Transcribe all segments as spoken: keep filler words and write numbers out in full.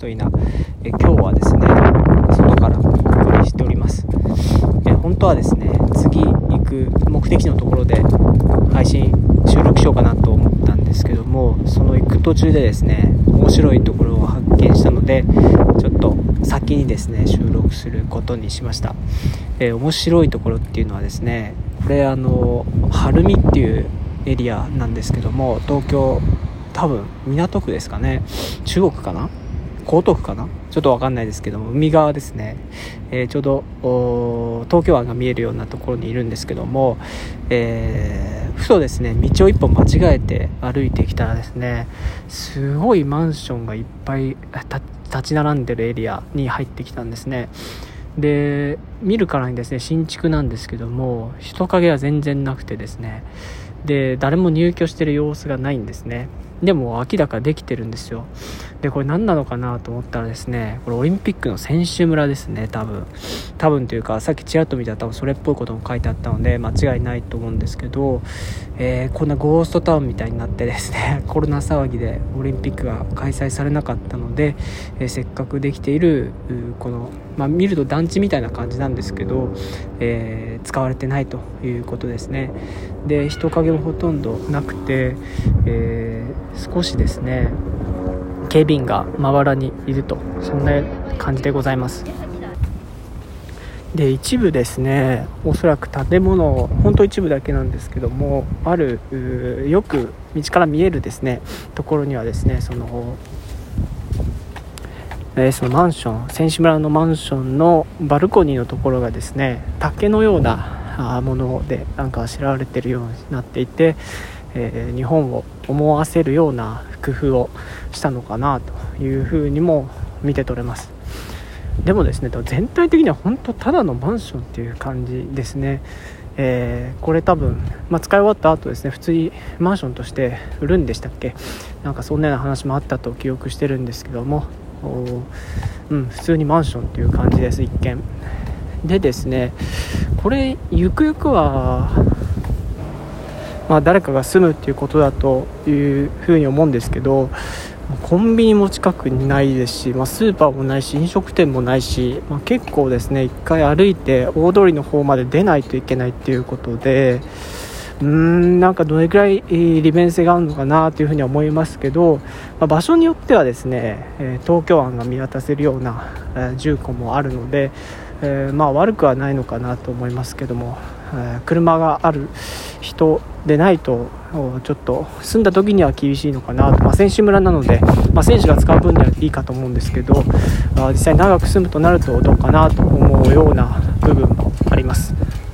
遅いな。え今日はですね外からお送りしております。え本当はですね次行く目的地のところで配信収録しようかなと思ったんですけども、その行く途中でですね面白いところを発見したので、ちょっと先にですね収録することにしました。えー、面白いところっていうのはですね、これあの晴海っていうエリアなんですけども、東京多分港区ですかね、中国かな、江東区かな、ちょっと分かんないですけども、海側ですね、えー、ちょうど東京湾が見えるようなところにいるんですけども、えー、ふとですね道を一本間違えて歩いてきたらですね、すごいマンションがいっぱい立ち並んでるエリアに入ってきたんですね。で見るからにですね新築なんですけども、人影は全然なくてですね、で誰も入居してる様子がないんですね。でも明らかできてるんですよ。でこれ何なのかなと思ったらですね、これオリンピックの選手村ですね。多分多分というか、さっきちらっと見たら多分それっぽいことも書いてあったので間違いないと思うんですけど、えー、こんなゴーストタウンみたいになってですね、コロナ騒ぎでオリンピックが開催されなかったので、えー、せっかくできているこの、まあ、見ると団地みたいな感じなんですけど、えー、使われてないということですね。で人影もほとんどなくて、えー、少しですね警備員がまばらにいると、そんな感じでございます。で一部ですね、おそらく建物本当一部だけなんですけども、あるよく道から見えるですねところにはですね、そのえー、そのマンション選手村のマンションのバルコニーのところがですね、竹のようなものでなんかあしらわれているようになっていて、えー、日本を思わせるような工夫をしたのかなというふうにも見て取れます。でもですね全体的には本当ただのマンションっていう感じですね。えー、これ多分、まあ、使い終わった後ですね普通にマンションとして売るんでしたっけ、なんかそんなような話もあったと記憶してるんですけども、うん、普通にマンションという感じです一見でですね。これゆくゆくは、まあ、誰かが住むっていうことだというふうに思うんですけど、コンビニも近くにないですし、まあ、スーパーもないし飲食店もないし、まあ、結構ですね一回歩いて大通りの方まで出ないといけないっていうことで、うーんなんかどれくらい利便性があるのかなというふうには思いますけど、まあ、場所によってはですね東京湾が見渡せるような住戸もあるので、えー、まあ悪くはないのかなと思いますけども、えー、車がある人でないとちょっと住んだ時には厳しいのかなと、まあ、選手村なので、まあ、選手が使う分にはいいかと思うんですけど、実際長く住むとなるとどうかなと思うような部分もあります。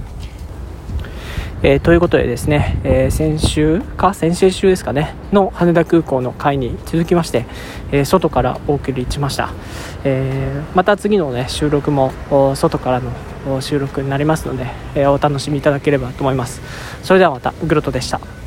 えー、ということでですね、えー、先週か先々週ですかねの羽田空港の回に続きまして、えー、外からお送りしました。えー、また次の、ね、収録も外からの収録になりますので、えー、お楽しみいただければと思います。それではまた、グロトでした。